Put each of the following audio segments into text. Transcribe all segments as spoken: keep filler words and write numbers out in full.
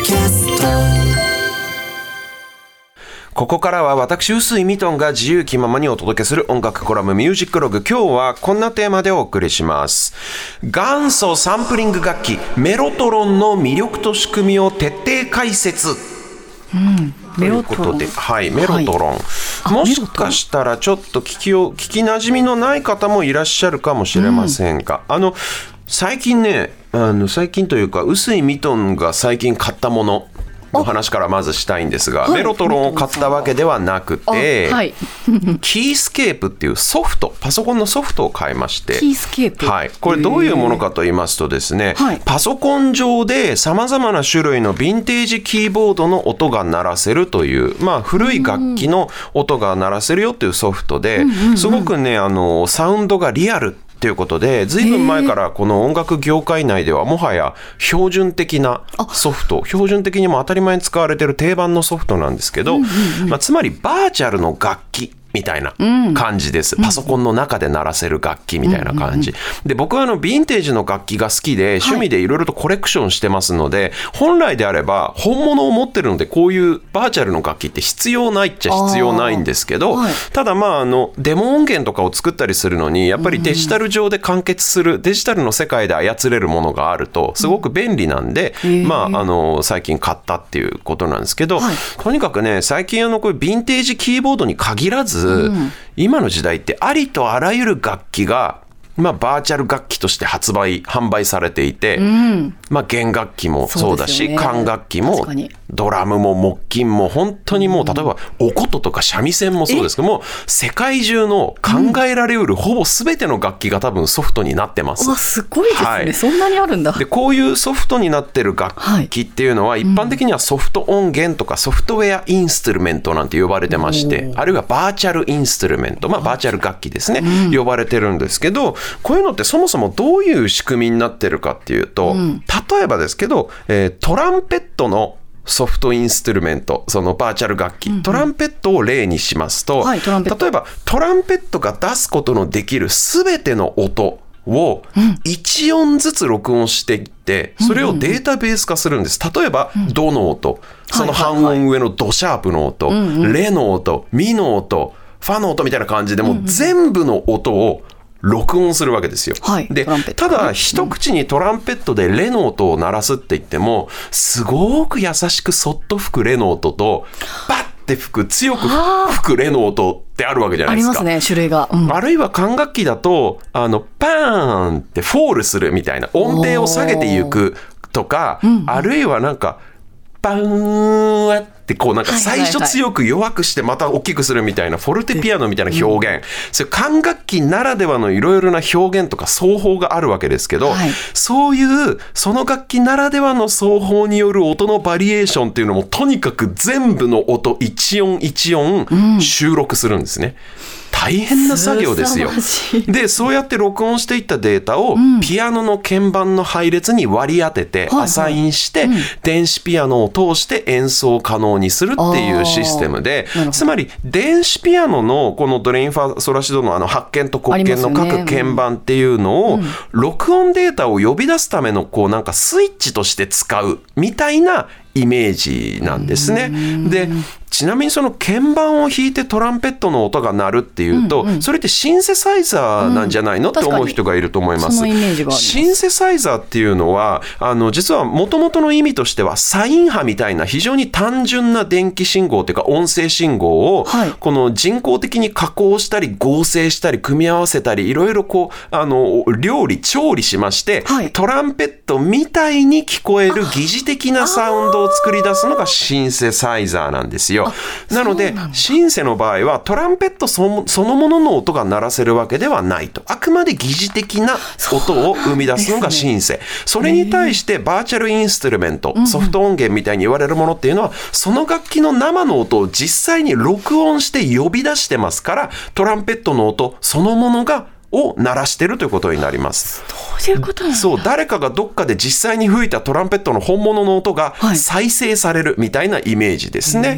キャスト。 ここからは私臼井ミトンが自由気ままにお届けする音楽コラムミュージックログ。今日はこんなテーマでお送りします。元祖サンプリング楽器メロトロンの魅力と仕組みを徹底解説、 うん、 ということで、はい、メロトロン、はい、もしかしたらちょっと聞きを聞きなじみのない方もいらっしゃるかもしれませんが、うん、あの最近ねあの最近というか臼井ミトンが最近買ったものの話からまずしたいんですが、メロトロンを買ったわけではなくて、はい、キースケープっていうソフト、パソコンのソフトを買いまして、 キースケープ、 はい、これどういうものかと言いますとですね、はい、パソコン上でさまざまな種類のヴィンテージキーボードの音が鳴らせるという、まあ、古い楽器の音が鳴らせるよというソフトで、すごくねあのサウンドがリアルということで、ずいぶん前からこの音楽業界内ではもはや標準的なソフト、標準的にも当たり前に使われている定番のソフトなんですけど、うんうんうん、まあ、つまりバーチャルの楽器みたいな感じです、うん、パソコンの中で鳴らせる楽器みたいな感じ、うんうんうん、で僕はあのヴィンテージの楽器が好きで趣味でいろいろとコレクションしてますので、はい、本来であれば本物を持ってるのでこういうバーチャルの楽器って必要ないっちゃ必要ないんですけど、はい、ただまああのデモ音源とかを作ったりするのにやっぱりデジタル上で完結する、デジタルの世界で操れるものがあるとすごく便利なんで、うん、まああの最近買ったっていうことなんですけど、はい、とにかくね最近あのこれヴィンテージキーボードに限らず、うん、今の時代ってありとあらゆる楽器が、まあ、バーチャル楽器として発売販売されていて、うん、まあ、弦楽器もそうだし、ね、管楽器もドラムも木琴も本当にもう、うん、例えばお琴とか三味線もそうですけども、世界中の考えられうるほぼ全ての楽器が多分ソフトになってます。 あ、すごいですね、はい、そんなにあるんだ。 でこういうソフトになってる楽器っていうのは、はい、一般的にはソフト音源とかソフトウェアインストゥルメントなんて呼ばれてまして、あるいはバーチャルインストゥルメント、まあ、バーチャル楽器ですね、うん、呼ばれてるんですけど、こういうのってそもそもどういう仕組みになってるかっていうと、うん、例えばですけど、えー、トランペットのソフトインストゥルメント、そのバーチャル楽器、うんうん、トランペットを例にしますと、はい、例えばトランペットが出すことのできるすべての音をいち音ずつ録音していって、それをデータベース化するんです。例えばドの音、その半音上のドシャープの音、レの音、ミの音、ファの音みたいな感じでもう全部の音を録音するわけですよ、はい、でただ一口にトランペットでレの音を鳴らすって言っても、すごく優しくそっと吹くレの音とバッて吹く強く吹くレの音ってあるわけじゃないですか。 ありますね、種類が、うん、 あるいは管楽器だとあのパーンってフォールするみたいな、音程を下げていくとか、うん、あるいはなんかパンワってこうなんか最初強く弱くしてまた大きくするみたいなフォルテピアノみたいな表現、そういう管楽器ならではのいろいろな表現とか奏法があるわけですけど、はい、そういうその楽器ならではの奏法による音のバリエーションっていうのもとにかく全部の音一音一音収録するんですね、うん、大変な作業ですよ。でそうやって録音していったデータをピアノの鍵盤の配列に割り当ててアサインして、電子ピアノを通して演奏可能にするっていうシステムで、つまり電子ピアノのこのドレインファソラシドのあの発鍵と黒鍵の各鍵盤っていうのを録音データを呼び出すためのこうなんかスイッチとして使うみたいなイメージなんですね。でちなみにその鍵盤を弾いてトランペットの音が鳴るっていうと、うんうん、それってシンセサイザーなんじゃないの、うん、って思う人がいると思います。 そのイメージがあります。 シンセサイザーっていうのはあの実は元々の意味としてはサイン波みたいな非常に単純な電気信号というか音声信号を、はい、この人工的に加工したり合成したり組み合わせたりいろいろこうあの料理調理しまして、はい、トランペットみたいに聞こえる疑似的なサウンドを作り出すのがシンセサイザーなんですよ。なのでシンセの場合はトランペットそのものの音が鳴らせるわけではないと、あくまで疑似的な音を生み出すのがシンセ。 そ, ね、それに対してバーチャルインストゥルメント、ソフト音源みたいに言われるものっていうのはその楽器の生の音を実際に録音して呼び出してますから、トランペットの音そのものがを鳴らしてるということになります。 そういうことなんだ。 そう、誰かがどっかで実際に吹いたトランペットの本物の音が再生されるみたいなイメージですね。はい、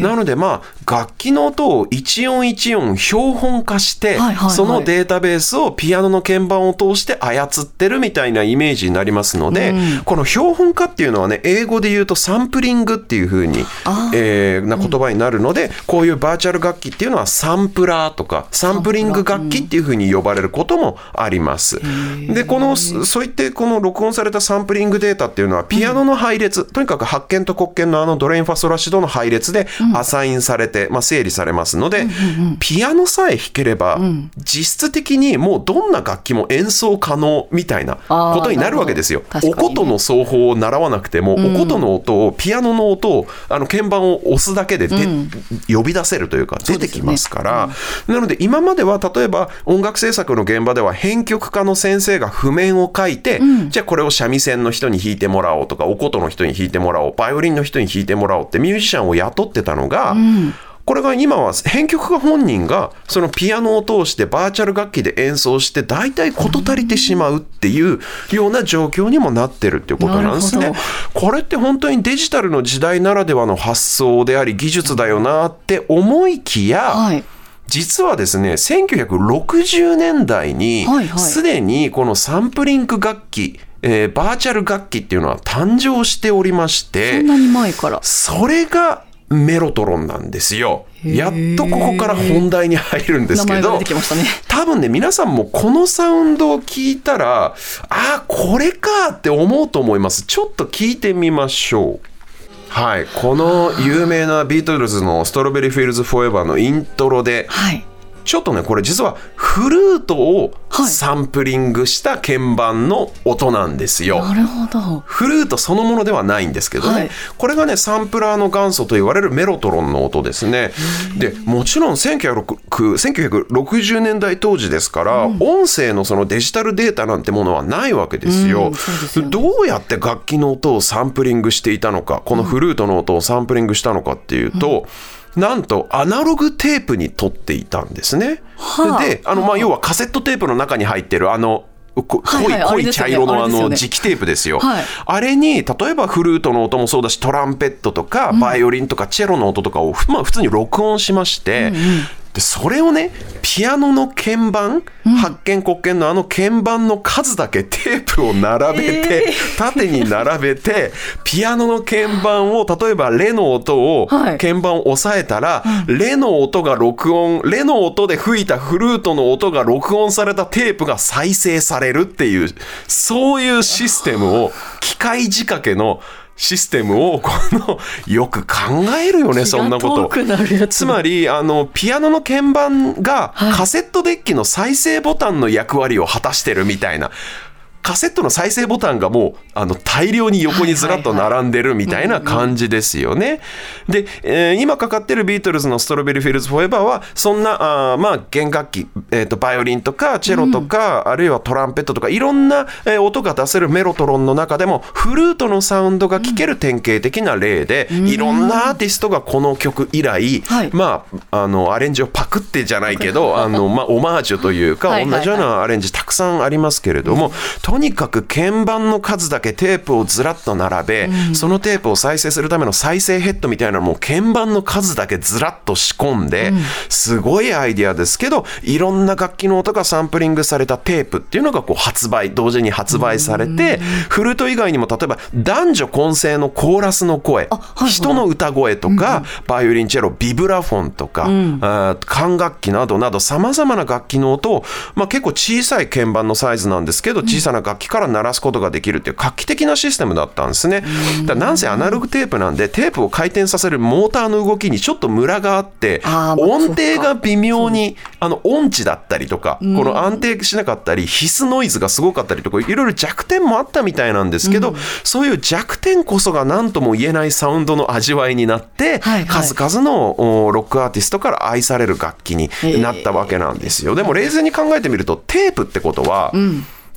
なのでまあ楽器の音を一音一音標本化して、はいはいはい、そのデータベースをピアノの鍵盤を通して操ってるみたいなイメージになりますので、うん、この標本化っていうのはね、英語で言うとサンプリングっていう風に、えー、な言葉になるので、うん、こういうバーチャル楽器っていうのはサンプラーとかサンプリング楽器っていう風に呼ばれることもあります。で、このそういってこの録音されたサンプリングデータっていうのはピアノの配列、うん、とにかく発見と黒鍵のあのドレインファソラシドの配列でアサインされて、うん、まあ、整理されますので、うんうんうん、ピアノさえ弾ければ、うん、実質的にもうどんな楽器も演奏可能みたいなことになるわけですよ。お琴の奏法を習わなくても、うん、お琴の音をピアノの音をあの鍵盤を押すだけで、うん、呼び出せるというか出てきますから、ね、うん、なので今までは例えば音楽制作の現場では編曲家の先生が譜面を書いて、うん、じゃあこれを三味線の人に弾いてもらおうとかお琴の人に弾いてもらおう、バイオリンの人に弾いてもらおうってミュージシャンを雇ってたのが、うん、これが今は編曲家本人がそのピアノを通してバーチャル楽器で演奏して大体事足りてしまうっていうような状況にもなってるっていうことなんですね。これって本当にデジタルの時代ならではの発想であり技術だよなって思いきや、はい、実はですね、せんきゅうひゃくろくじゅうねんだいにすでにこのサンプリング楽器、えー、バーチャル楽器っていうのは誕生しておりまして、 そんなに前から、 それがメロトロンなんですよ。やっとここから本題に入るんですけど、 名前が出てきましたね。 多分ね、皆さんもこのサウンドを聞いたら、ああこれかって思うと思います。ちょっと聞いてみましょう。はい、この有名なビートルズのストロベリーフィールズフォーエバーのイントロで、はい、ちょっとねこれ実はフルートをサンプリングした鍵盤の音なんですよ。 なるほど。 フルートそのものではないんですけどね、はい、これがねサンプラーの元祖と言われるメロトロンの音ですね。でもちろんせんきゅうひゃくろくじゅうねんだい当時ですから、うん、音声のそのデジタルデータなんてものはないわけですよ。うん、そうですよね。どうやって楽器の音をサンプリングしていたのか、このフルートの音をサンプリングしたのかっていうと、うん、なんとアナログテープに取っていたんですね。はあ、で、あのまあ要はカセットテープの中に入ってるあの濃い、はいはい、濃い茶色のあの磁気テープですよ。はい、あれに例えばフルートの音もそうだし、トランペットとかバイオリンとかチェロの音とかを、まあ、普通に録音しまして、うんうん、でそれをねピアノの鍵盤、うん、発見黒鍵のあの鍵盤の数だけテープを並べて、えー、縦に並べてピアノの鍵盤を例えばレの音を、はい、鍵盤を押さえたら、うん、レの音が録音レの音で吹いたフルートの音が録音されたテープが再生されるっていう、そういうシステムを機械仕掛けのシステムをこのよく考えるよね、そんなこと。つまりあのピアノの鍵盤がカセットデッキの再生ボタンの役割を果たしてるみたいな、はい、カセットの再生ボタンがもうあの大量に横にずらっと並んでるみたいな感じですよね。で、えー、今かかってるビートルズのストロベリーフィールズフォーエバーはそんなあまあ弦楽器、えー、とバイオリンとかチェロとか、うん、あるいはトランペットとかいろんな、えー、音が出せるメロトロンの中でもフルートのサウンドが聴ける典型的な例で、うん、いろんなアーティストがこの曲以来、はい、まああのアレンジをパクってじゃないけどあの、まあ、オマージュというかはいはい、はい、同じようなアレンジたくさんありますけれども、うん、とにかく鍵盤の数だけテープをずらっと並べ、うん、そのテープを再生するための再生ヘッドみたいなのも鍵盤の数だけずらっと仕込んで、うん、すごいアイデアですけどいろんな楽器の音がサンプリングされたテープっていうのがこう発売同時に発売されて、うん、フルート以外にも例えば男女混声のコーラスの声、はいはい、人の歌声とか、うん、バイオリンチェロビブラフォンとか、うん、あ管楽器などなどさまざまな楽器の音を、まあ、結構小さい鍵盤のサイズなんですけど小さな楽器から鳴らすことができるっていう画期的なシステムだったんですね。だからなんせアナログテープなんでテープを回転させるモーターの動きにちょっとムラがあって音程が微妙にあの音痴だったりとかこの安定しなかったりヒスノイズがすごかったりとかいろいろ弱点もあったみたいなんですけど、うん、そういう弱点こそが何とも言えないサウンドの味わいになって、はいはい、数々のロックアーティストから愛される楽器になったわけなんですよ。でも冷静に考えてみるとテープってことは、うん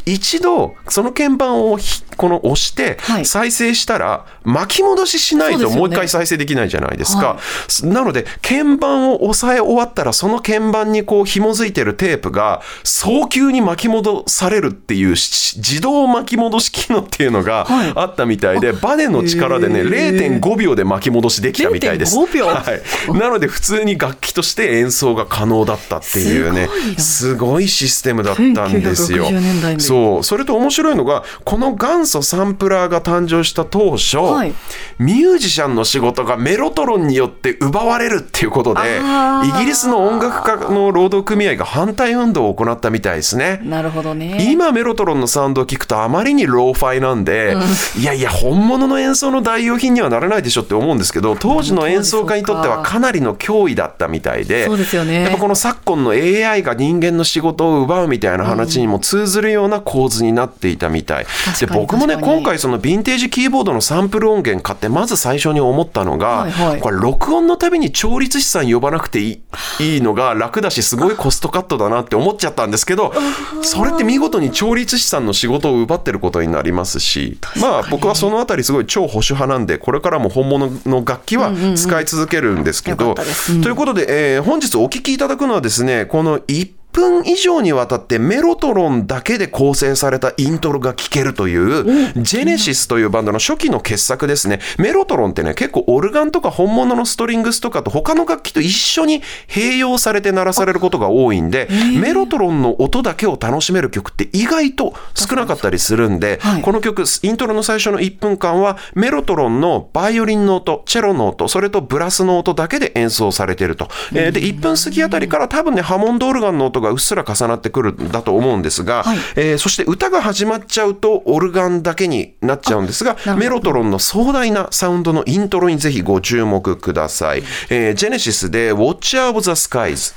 一度その鍵盤をこの押して再生したら巻き戻ししないともう一回再生できないじゃないですか。そうですよね。はい、なので鍵盤を押さえ終わったらその鍵盤にこう紐づいてるテープが早急に巻き戻されるっていう自動巻き戻し機能っていうのがあったみたいで、はい、バネの力でね れいてんごびょうで巻き戻しできたみたいです。 れいてんごびょう、 はい、なので普通に楽器として演奏が可能だったっていうね、すごいシステムだったんですよ。 せんきゅうひゃくろくじゅうねんだいにそう、それと面白いのがこの元祖サンプラーが誕生した当初、はい、ミュージシャンの仕事がメロトロンによって奪われるっていうことでイギリスの音楽家の労働組合が反対運動を行ったみたいですね。 なるほどね。 今メロトロンのサウンドを聞くとあまりにローファイなんで、うん、いやいや本物の演奏の代用品にはならないでしょって思うんですけど、当時の演奏家にとってはかなりの脅威だったみたいで、 そうですよね。 やっぱこの昨今の エーアイ が人間の仕事を奪うみたいな話にも通ずるような構図になっていたみたい、うん、で僕もね今回そのヴィンテージキーボードのサンプル音源買ってまず最初に思ったのが、はいはい、これ録音のたびに調律師さん呼ばなくていい、いいのが楽だしすごいコストカットだなって思っちゃったんですけど、それって見事に調律師さんの仕事を奪ってることになりますし、まあ僕はそのあたりすごい超保守派なんでこれからも本物の楽器は使い続けるんですけど、うんうんうん、ということで、えー、本日お聴きいただくのはですね、このいっぷん以上にわたってメロトロンだけで構成されたイントロが聴けるというジェネシスというバンドの初期の傑作ですね。メロトロンってね結構オルガンとか本物のストリングスとかと他の楽器と一緒に併用されて鳴らされることが多いんで、メロトロンの音だけを楽しめる曲って意外と少なかったりするんで、はい、この曲イントロの最初のいっぷんかんはメロトロンのバイオリンの音、チェロの音、それとブラスの音だけで演奏されていると、えー、でいっぷん過ぎあたりから多分ねハモンドオルガンの音がうっすら重なってくるんだと思うんですが、はい、えー、そして歌が始まっちゃうとオルガンだけになっちゃうんですが、メロトロンの壮大なサウンドのイントロにぜひご注目ください。えー、ジェネシスで Watcher of the Skies。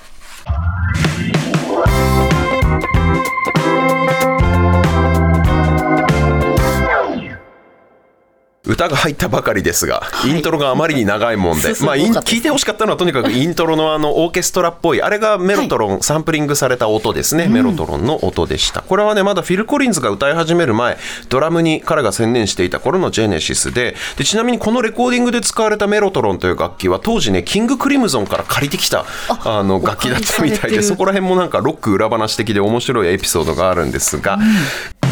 歌が入ったばかりですが、はい、イントロがあまりに長いもんで、まあ、聞いてほしかったのはとにかくイントロのあのオーケストラっぽいあれがメロトロン、はい、サンプリングされた音ですね、うん、メロトロンの音でした。これはねまだフィル・コリンズが歌い始める前、ドラムに彼が専念していた頃のジェネシス で, でちなみにこのレコーディングで使われたメロトロンという楽器は当時ねキング・クリムゾンから借りてきた あ, あの楽器だったみたいで、そこら辺もなんかロック裏話的で面白いエピソードがあるんですが、うん、